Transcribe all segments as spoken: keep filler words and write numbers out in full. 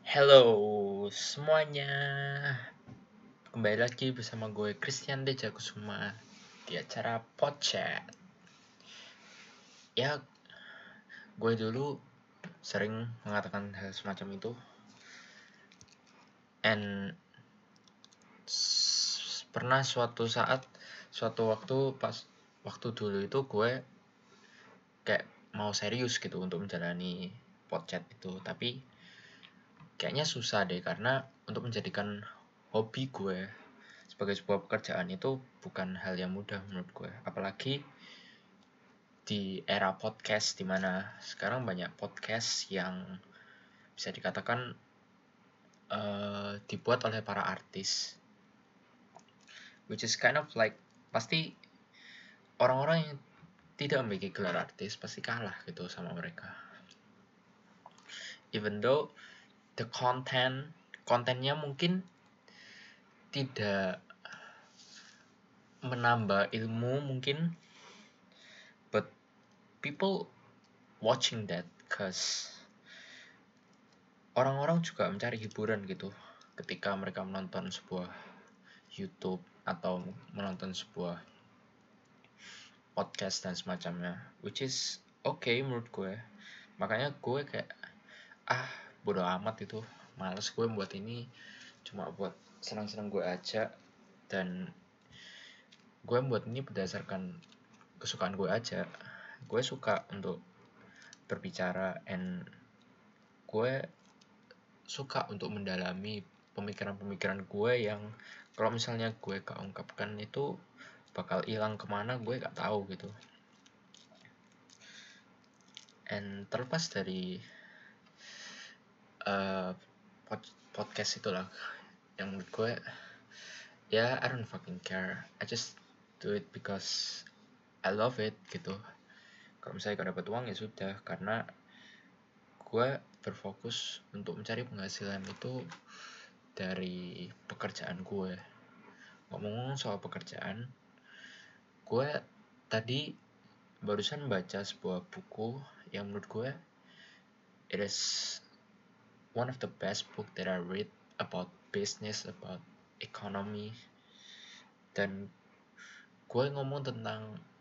Halo semuanya, kembali lagi bersama gue Christian Deja Kusuma di acara Podchat. Ya, gue dulu sering mengatakan hal semacam itu, and s- pernah suatu saat, suatu waktu pas waktu dulu itu gue kayak mau serius gitu untuk menjalani Podchat itu, tapi kayaknya susah deh karena untuk menjadikan hobi gue sebagai sebuah pekerjaan itu bukan hal yang mudah menurut gue, apalagi di era podcast dimana sekarang banyak podcast yang bisa dikatakan uh, dibuat oleh para artis, which is kind of like pasti orang-orang yang tidak memiliki gelar artis pasti kalah gitu sama mereka, even though the content kontennya mungkin tidak menambah ilmu mungkin, but people watching that cause orang-orang juga mencari hiburan gitu ketika mereka menonton sebuah YouTube atau menonton sebuah podcast dan semacamnya, which is okay menurut gue. Makanya gue kayak ah bodo amat itu, males gue buat ini, cuma buat senang-senang gue aja, dan gue buat ini berdasarkan kesukaan gue aja. Gue suka untuk berbicara, and gue suka untuk mendalami pemikiran-pemikiran gue yang kalau misalnya gue gak ungkapkan itu bakal hilang kemana gue gak tahu gitu. And terlepas dari uh, pod- podcast itulah yang menurut gue ya I don't fucking care, I just do it because I love it gitu. Kalau misalnya gak dapat uang ya sudah, karena gue berfokus untuk mencari penghasilan itu dari pekerjaan gue. Ngomong-ngomong soal pekerjaan, gue tadi barusan baca sebuah buku yang menurut gue it is one of the best book that I read about business, about economy, dan gue ngomong tentang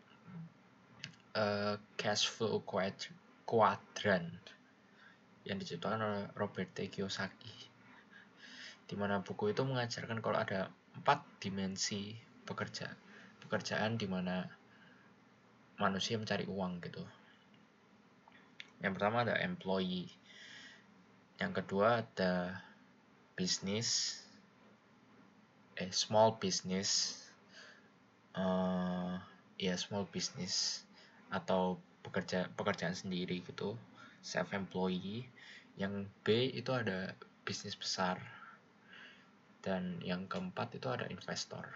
uh, cash flow quadrant yang diciptakan oleh Robert T. Kiyosaki, dimana buku itu mengajarkan kalau ada empat dimensi pekerja pekerjaan dimana manusia mencari uang gitu. Yang pertama ada employee, yang kedua ada bisnis, eh small business, uh, ya small business atau pekerja pekerjaan sendiri gitu, self employee. Yang B itu ada bisnis besar, dan yang keempat itu ada investor.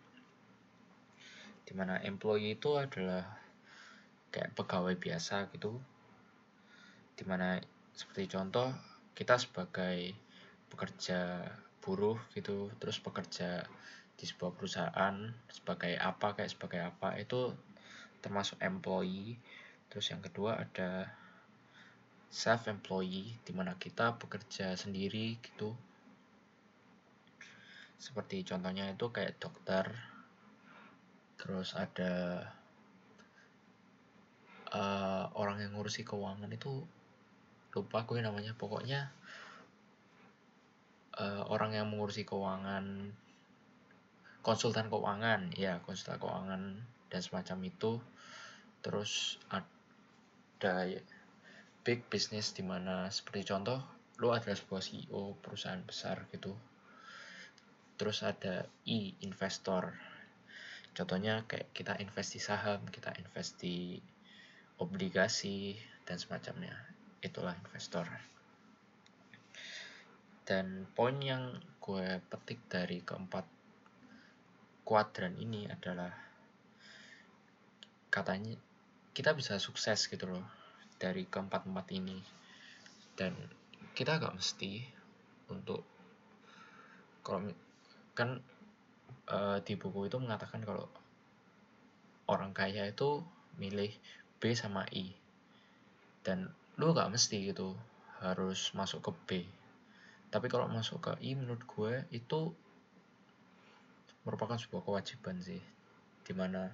Dimana employee itu adalah kayak pegawai biasa gitu, dimana seperti contoh kita sebagai pekerja buruh gitu, terus bekerja di sebuah perusahaan sebagai apa kayak sebagai apa itu termasuk employee. Terus yang kedua ada self employee, dimana kita bekerja sendiri gitu, seperti contohnya itu kayak dokter. Terus ada uh, orang yang ngurusi keuangan itu lupa gue namanya, pokoknya uh, orang yang mengurusi keuangan, konsultan keuangan ya, konsultan keuangan dan semacam itu. Terus ada big business dimana seperti contoh lo adalah sebuah C E O perusahaan besar gitu. Terus ada E, investor, contohnya kayak kita invest di saham, kita invest di obligasi dan semacamnya, itulah investor. Dan poin yang gue petik dari keempat kuadran ini adalah katanya kita bisa sukses gitu loh dari keempat-empat ini, dan kita gak mesti untuk, kalau kan uh, di buku itu mengatakan kalau orang kaya itu milih B sama I, dan lu gak mesti gitu harus masuk ke B, Tapi kalau masuk ke I menurut gue itu merupakan sebuah kewajiban sih, dimana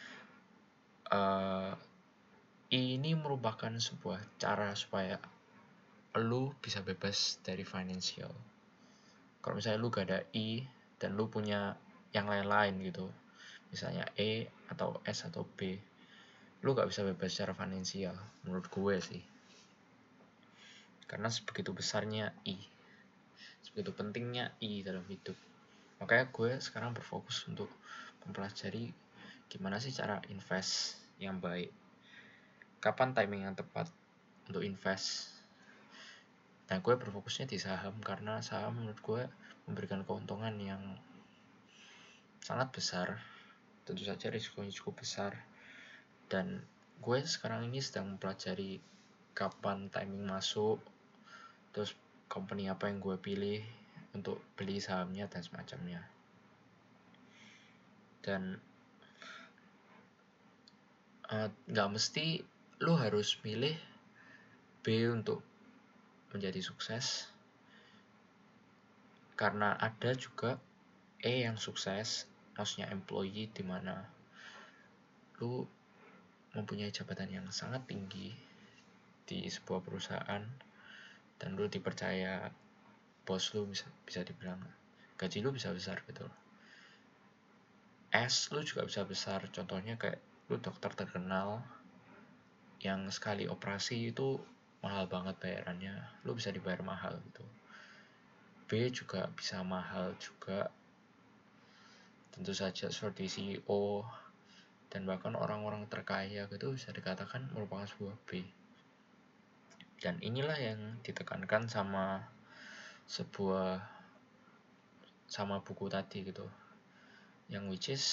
uh, ini merupakan sebuah cara supaya lu bisa bebas dari financial. Kalau misalnya lu gak ada I dan lu punya yang lain-lain gitu, misalnya E atau S atau B, lu gak bisa bebas secara finansial menurut gue sih. Karena sebegitu besarnya I, sebegitu pentingnya I dalam hidup. Makanya gue sekarang berfokus untuk mempelajari gimana sih cara invest yang baik, kapan timing yang tepat untuk invest. Dan gue berfokusnya di saham karena saham menurut gue memberikan keuntungan yang sangat besar. Tentu saja risikonya cukup besar. Dan gue sekarang ini sedang mempelajari kapan timing masuk, terus company apa yang gue pilih untuk beli sahamnya dan semacamnya. Dan uh, gak mesti lu harus milih B untuk menjadi sukses, karena ada juga E yang sukses, maksudnya employee, dimana lu mempunyai jabatan yang sangat tinggi di sebuah perusahaan dan lu dipercaya bos lu, bisa bisa dibilang gaji lu bisa besar gitu. S lu juga bisa besar, contohnya kayak lu dokter terkenal yang sekali operasi itu mahal banget bayarannya, lu bisa dibayar mahal gitu. B juga bisa mahal juga, tentu saja seperti C E O dan bahkan orang-orang terkaya gitu bisa dikatakan merupakan sebuah B. Dan inilah yang ditekankan sama sebuah sama buku tadi gitu, yang which is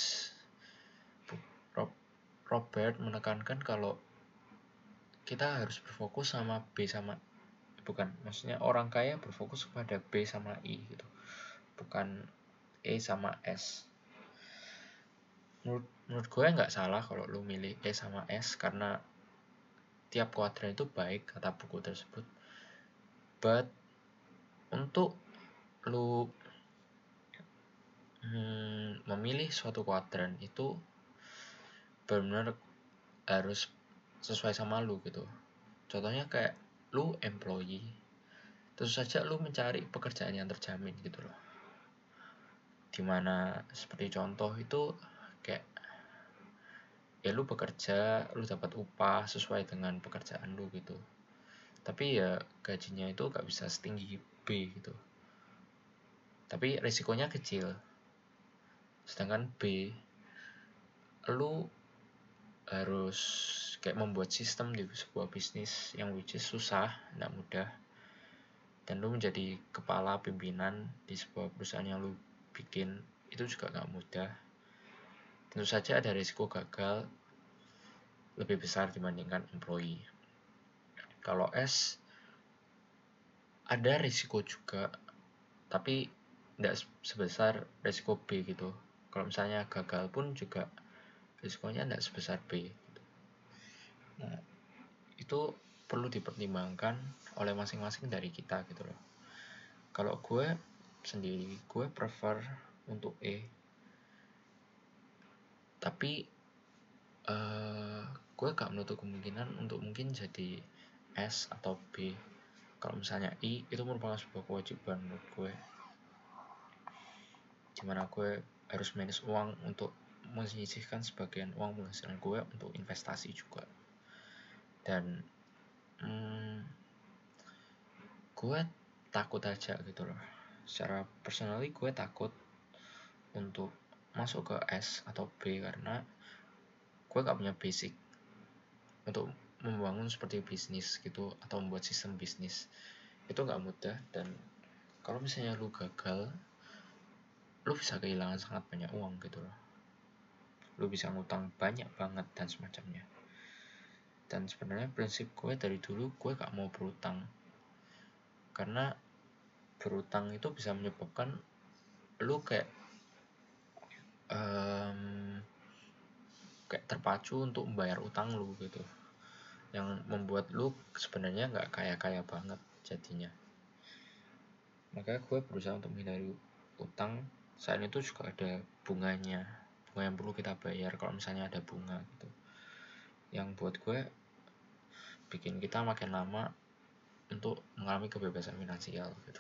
Robert menekankan kalau kita harus berfokus sama B sama, bukan, maksudnya orang kaya berfokus kepada B sama I gitu, bukan E sama S. Menurut, menurut gue nggak salah kalau lu milih E sama S karena tiap kuadran itu baik kata buku tersebut. But untuk lu hmm, memilih suatu kuadran itu benar-benar harus sesuai sama lu gitu. Contohnya kayak lu employee, terus saja lu mencari pekerjaan yang terjamin gitu loh, dimana seperti contoh itu kayak ya lu bekerja, lu dapat upah sesuai dengan pekerjaan lu gitu, tapi ya gajinya itu gak bisa setinggi B gitu, tapi risikonya kecil. Sedangkan B, lu harus kayak membuat sistem di sebuah bisnis yang which is susah, gak mudah, dan lu menjadi kepala pimpinan di sebuah perusahaan yang lu bikin itu juga gak mudah. Tentu saja ada risiko gagal lebih besar dibandingkan employee. Kalau S ada risiko juga, tapi tidak sebesar risiko B gitu. Kalau misalnya gagal pun juga risikonya tidak sebesar B gitu. Nah, itu perlu dipertimbangkan oleh masing-masing dari kita gitu loh. Kalau gue sendiri, gue prefer untuk E, tapi uh, gue gak menutup kemungkinan untuk mungkin jadi S atau B. Kalau misalnya I, itu merupakan sebuah kewajiban menurut gue, dimana gue harus manage uang untuk menyisihkan sebagian uang penghasilan gue untuk investasi juga. Dan hmm, gue takut aja gitu loh, secara personally gue takut untuk masuk ke S atau B karena gue gak punya basic untuk membangun seperti bisnis gitu atau membuat sistem bisnis. Itu gak mudah, dan kalau misalnya lu gagal, lu bisa kehilangan sangat banyak uang gitu loh. Lu bisa ngutang banyak banget dan semacamnya. Dan sebenarnya prinsip gue dari dulu, gue gak mau berutang, karena berutang itu bisa menyebabkan lu kayak um, kayak terpacu untuk membayar utang lu gitu, yang membuat lu sebenarnya nggak kaya-kaya banget jadinya. Makanya gue berusaha untuk menghindari utang. Selain itu juga ada bunganya, bunga yang perlu kita bayar kalau misalnya ada bunga gitu, yang buat gue bikin kita makin lama untuk mengalami kebebasan finansial gitu.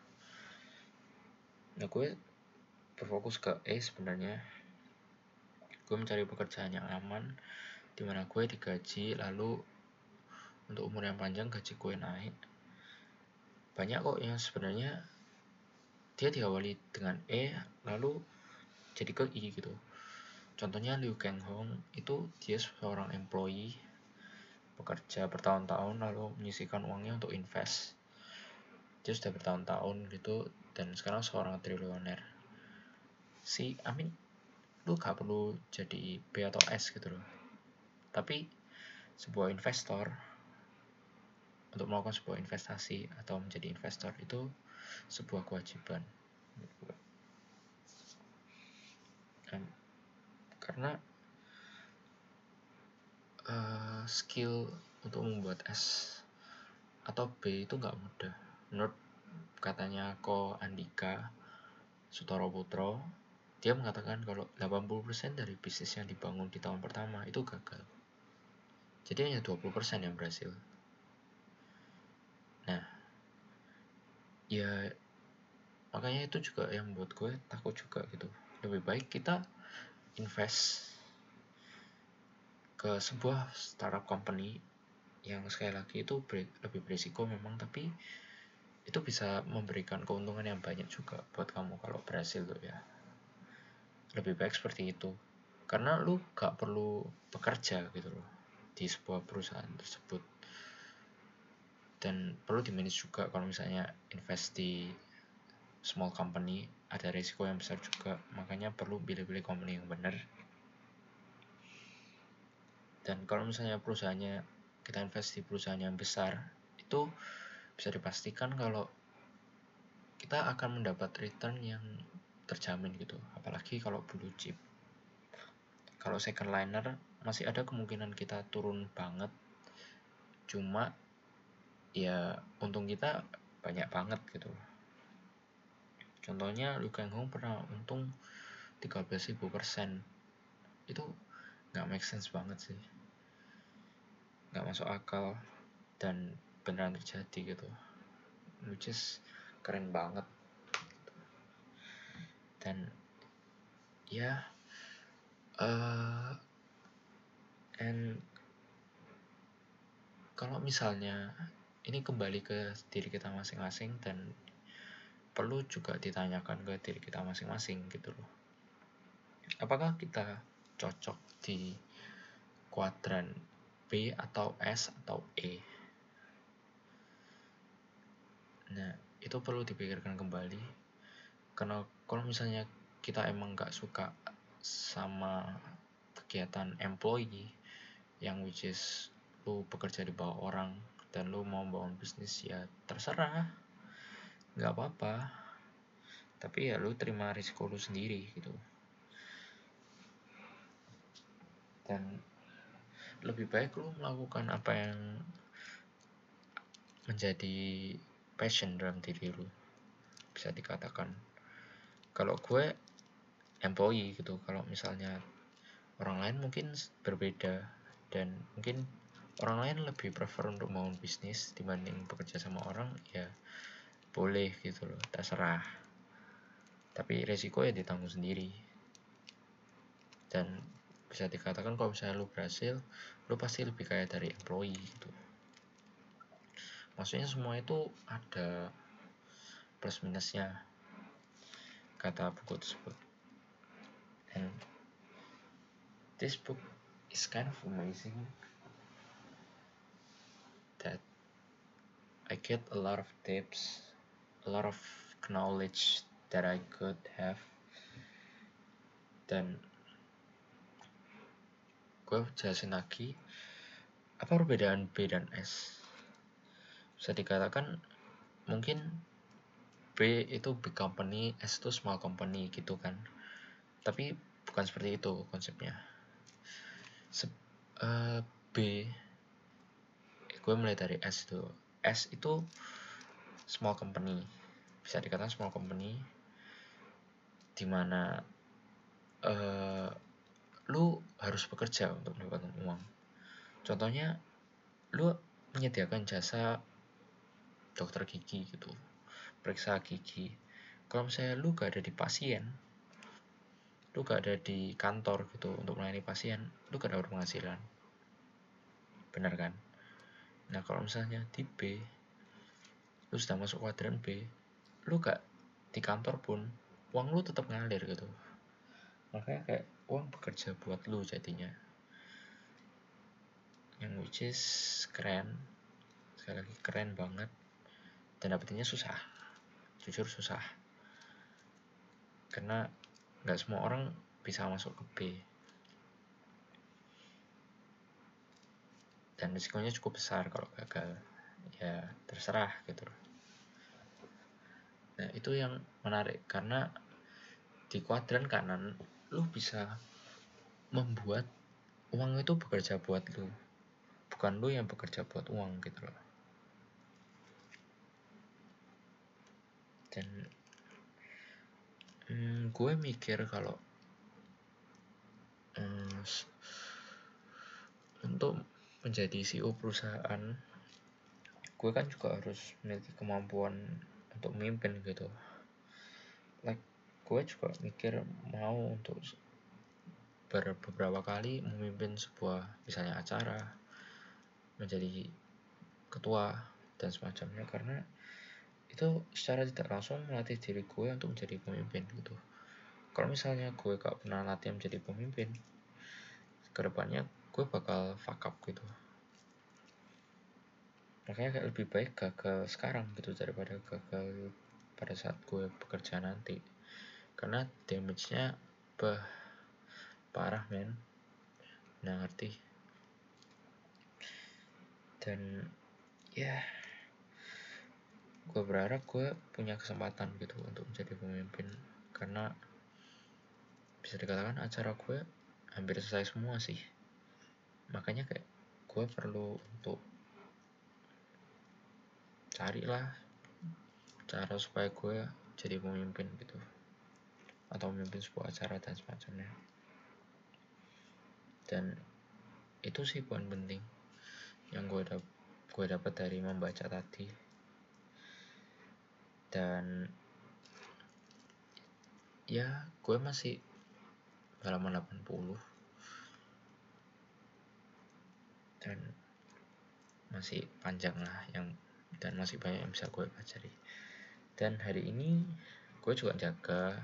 Nah gue berfokus ke E sebenarnya. Gue mencari pekerjaan yang aman, dimana gue digaji, lalu untuk umur yang panjang gaji gue naik. Banyak kok yang sebenarnya dia diawali dengan E lalu jadi ke I gitu. Contohnya Liu Kenghong itu dia seorang employee, bekerja bertahun-tahun lalu menyisihkan uangnya untuk invest. Dia sudah bertahun-tahun gitu dan sekarang seorang triliuner. Si Amin, lu gak perlu jadi B atau S gitu loh. Tapi sebuah investor, untuk melakukan sebuah investasi atau menjadi investor itu sebuah kewajiban. Dan karena uh, skill untuk membuat S atau B itu nggak mudah. Menurut katanya Ko Andika Sutoro-Putro, dia mengatakan kalau delapan puluh persen dari bisnis yang dibangun di tahun pertama itu gagal. Jadi hanya dua puluh persen yang berhasil. Nah, ya makanya itu juga yang membuat gue takut juga gitu. Lebih baik kita invest ke sebuah startup company yang sekali lagi itu ber- lebih berisiko memang, tapi itu bisa memberikan keuntungan yang banyak juga buat kamu kalau berhasil tuh ya. Lebih baik seperti itu, karena lu gak perlu bekerja gitu loh di sebuah perusahaan tersebut, dan perlu di-manage juga. Kalau misalnya invest di small company ada risiko yang besar juga, makanya perlu pilih-pilih company yang benar. Dan kalau misalnya perusahaannya kita invest di perusahaan yang besar, itu bisa dipastikan kalau kita akan mendapat return yang terjamin gitu, apalagi kalau blue chip. Kalau second liner masih ada kemungkinan kita turun banget, cuma ya untung kita banyak banget gitu. Contohnya Liu Kenghong pernah untung tiga belas ribu persen, itu gak make sense banget sih, gak masuk akal, dan beneran terjadi gitu, which is keren banget. Dan ya uh, and kalau misalnya ini kembali ke diri kita masing-masing, dan perlu juga ditanyakan ke diri kita masing-masing gitu loh, apakah kita cocok di kuadran B atau S atau E. Nah itu perlu dipikirkan kembali, karena kalau misalnya kita emang gak suka sama kegiatan employee yang which is lu bekerja di bawah orang dan lu mau bangun bisnis, ya terserah, nggak apa-apa, tapi ya lu terima risiko lu sendiri gitu. Dan lebih baik lu melakukan apa yang menjadi passion dalam diri lu, bisa dikatakan. Kalau gue employee gitu, kalau misalnya orang lain mungkin berbeda, dan mungkin orang lain lebih prefer untuk bangun bisnis dibanding bekerja sama orang, ya boleh gitu loh, terserah, tapi resiko ya ditanggung sendiri. Dan bisa dikatakan kalau misalnya lu berhasil, lu pasti lebih kaya dari employee gitu. Maksudnya semua itu ada plus minusnya, kata buku tersebut. And this book is kind of amazing that I get a lot of tips, a lot of knowledge that I could have. Dan gue jelasin lagi, apa perbedaan B dan S. Bisa dikatakan mungkin B itu big company, S itu small company gitu kan. Tapi bukan seperti itu konsepnya. Se- uh, B, gue mulai dari S itu. S itu small company, bisa dikatakan small company dimana uh, lu harus bekerja untuk mendapatkan uang. Contohnya lu menyediakan jasa dokter gigi gitu, periksa gigi. Kalau misalnya lu gak ada di pasien, lu gak ada di kantor gitu untuk melayani pasien, lu gak dapat penghasilan. Bener kan? Nah kalau misalnya di B, lu sudah masuk kuadran B, lu gak di kantor pun, uang lu tetap ngalir gitu. Makanya kayak uang bekerja buat lu jadinya. Yang which is keren. Sekali lagi keren banget. Dan dapetinnya susah. Jujur susah. Karena gak semua orang bisa masuk ke B. Dan risikonya cukup besar kalau gagal. Ya terserah gitu. Nah itu yang menarik. Karena di kuadran kanan lu bisa membuat uang itu bekerja buat lu, bukan lu yang bekerja buat uang gitu loh. Dan hmm, gue mikir kalau hmm, untuk menjadi C E O perusahaan, gue kan juga harus memiliki kemampuan untuk memimpin gitu. Like gue juga mikir mau untuk beberapa kali memimpin sebuah misalnya acara, menjadi ketua dan semacamnya, karena itu secara tidak langsung melatih diri gue untuk menjadi pemimpin gitu. Kalau misalnya gue gak pernah latihan menjadi pemimpin, kedepannya gue bakal fuck up gitu. Makanya kayak lebih baik gagal sekarang gitu daripada gagal pada saat gue bekerja nanti. Karena damage-nya bah parah men. Nah ngerti. Dan ya gue berharap gue punya kesempatan gitu untuk menjadi pemimpin. Karena bisa dikatakan acara gue hampir selesai semua sih. Makanya kayak gue perlu untuk carilah cara supaya gue jadi pemimpin gitu, atau memimpin sebuah acara dan semacamnya. Dan itu sih poin penting yang gue dap- gue dapat dari membaca tadi. Dan ya gue masih halaman delapan puluh dan masih panjang lah yang dan masih banyak yang bisa gue pelajari. Dan hari ini gue juga jaga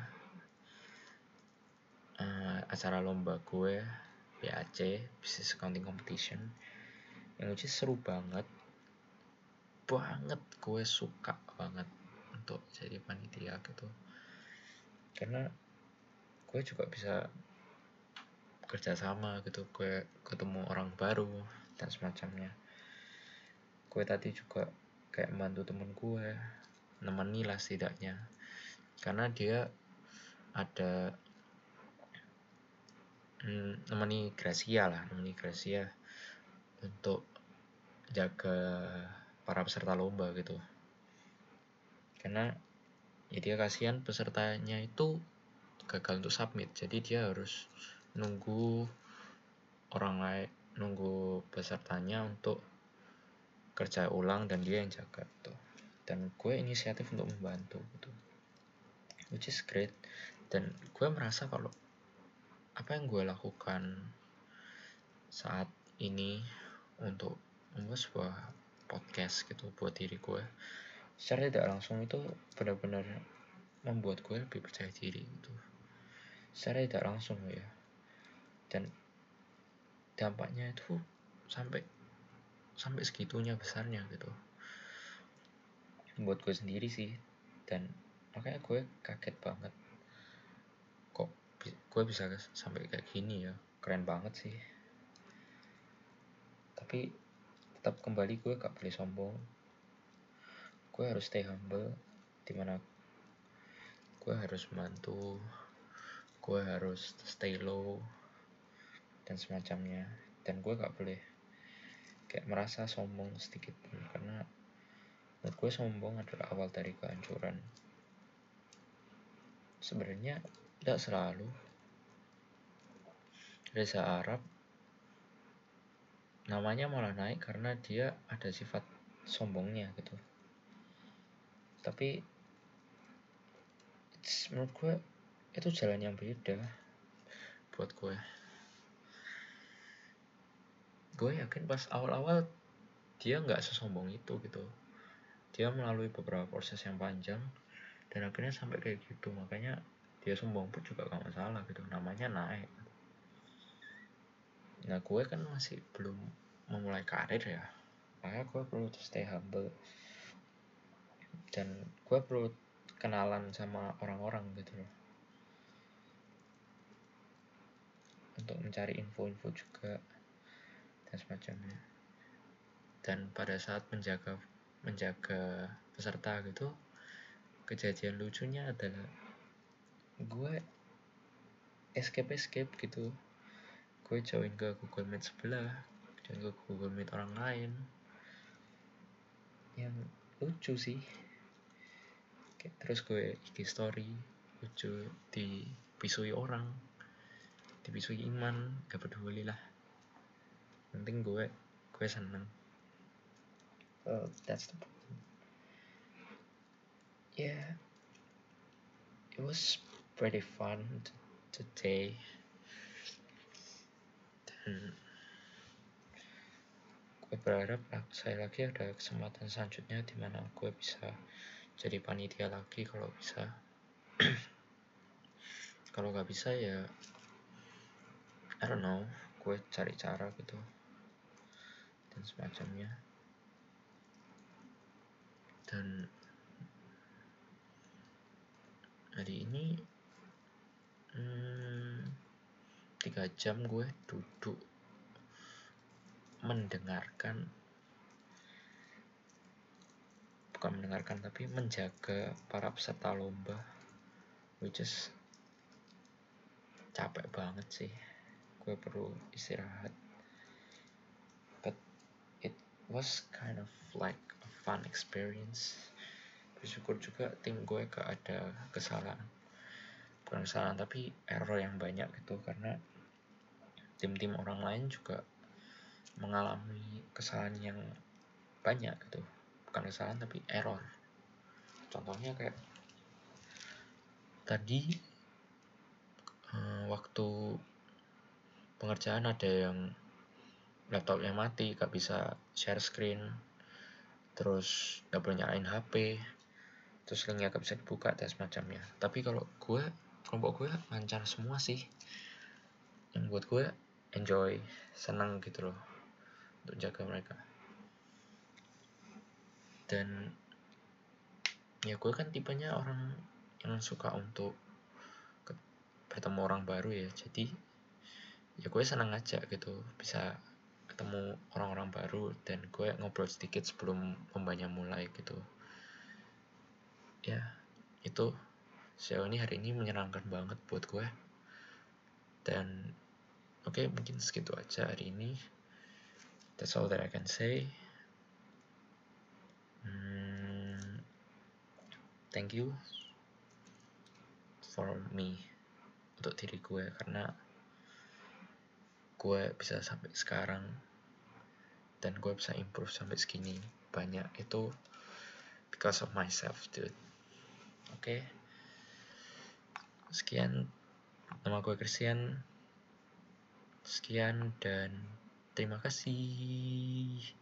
uh, acara lomba gue B A C, Business Accounting Competition, yang which is seru banget banget gue suka banget untuk jadi panitia gitu, karena gue juga bisa kerja sama gitu, gue ketemu orang baru dan semacamnya. Gue tadi juga kayak membantu temen gue, nemeni lah setidaknya, karena dia ada hmm, nemeni Gracia lah, nemeni Gracia untuk jaga para peserta lomba gitu. Karena ya dia kasihan pesertanya itu gagal untuk submit, jadi dia harus nunggu orang lain, nunggu pesertanya untuk kerja ulang dan dia yang jaga gitu. Dan gue inisiatif untuk membantu gitu, which is great. Dan gue merasa kalau apa yang gue lakukan saat ini untuk membuat sebuah podcast gitu buat diri gue, secara tidak langsung itu benar-benar membuat gue lebih percaya diri gitu, secara tidak langsung ya. Dan dampaknya itu sampai sampai segitunya besarnya gitu buat gue sendiri sih. Dan makanya gue kaget banget kok gue bisa sampai kayak gini ya, keren banget sih. Tapi tetap kembali gue gak boleh sombong, gue harus stay humble, dimana gue harus membantu, gue harus stay low dan semacamnya. Dan gue gak boleh kayak merasa sombong sedikit pun, karena menurut gue sombong adalah awal dari kehancuran. sebenarnya tidak selalu. Reza Arab namanya malah naik karena dia ada sifat sombongnya gitu. Tapi menurut gue itu jalan yang beda buat gue. Gue yakin pas awal-awal dia nggak sesombong itu gitu. Dia melalui beberapa proses yang panjang dan akhirnya sampai kayak gitu. Makanya dia sombong pun juga gak masalah gitu, namanya naik. Nah gue kan masih belum memulai karir ya, makanya gue perlu stay humble dan gue perlu kenalan sama orang-orang gitu loh, untuk mencari info-info juga dan semacamnya. Dan pada saat menjaga menjaga peserta gitu, kejadian lucunya adalah gue escape escape gitu. Gue join ke Google Meet sebelah, join ke Google Meet orang lain, yang lucu sih. Terus gue I G story lucu, dipisui orang, dipisui Iman, gak peduli lah, penting gue gue seneng. Well, that's the point. Yeah, it was pretty fun today. Dan gue berharap saya lagi ada kesempatan selanjutnya di mana gue bisa jadi panitia lagi kalau bisa. Kalau nggak bisa ya I don't know, gue cari cara gitu dan semacamnya. Dan hari ini hmm, tiga jam gue duduk mendengarkan, bukan mendengarkan tapi menjaga para peserta lomba, which is capek banget sih. Gue perlu istirahat, but it was kind of like a fun experience. Bersyukur juga tim gue gak ada kesalahan, bukan kesalahan tapi error yang banyak gitu, karena tim-tim orang lain juga mengalami kesalahan yang banyak gitu, bukan kesalahan tapi error. Contohnya kayak tadi eh, waktu pengerjaan ada yang laptopnya mati, gak bisa share screen, terus gak boleh nyalain H P, terus linknya gak bisa dibuka dan semacamnya. Tapi kalau gue, kelompok gue lancar semua sih, yang buat gue enjoy, senang gitu loh untuk jaga mereka. Dan ya gue kan tipenya orang yang suka untuk bertemu orang baru ya, jadi ya gue senang aja gitu bisa ketemu orang-orang baru dan gue ngobrol sedikit sebelum lombanya mulai gitu ya. Itu sejauh ini hari ini menyenangkan banget buat gue. Dan oke okay, mungkin segitu aja hari ini, that's all that I can say. hmm, thank you for me, untuk diri gue, karena gue bisa sampai sekarang dan gue bisa improve sampai segini banyak, itu because of myself dude. Oke okay. Sekian, nama gue Christian. Sekian dan terima kasih.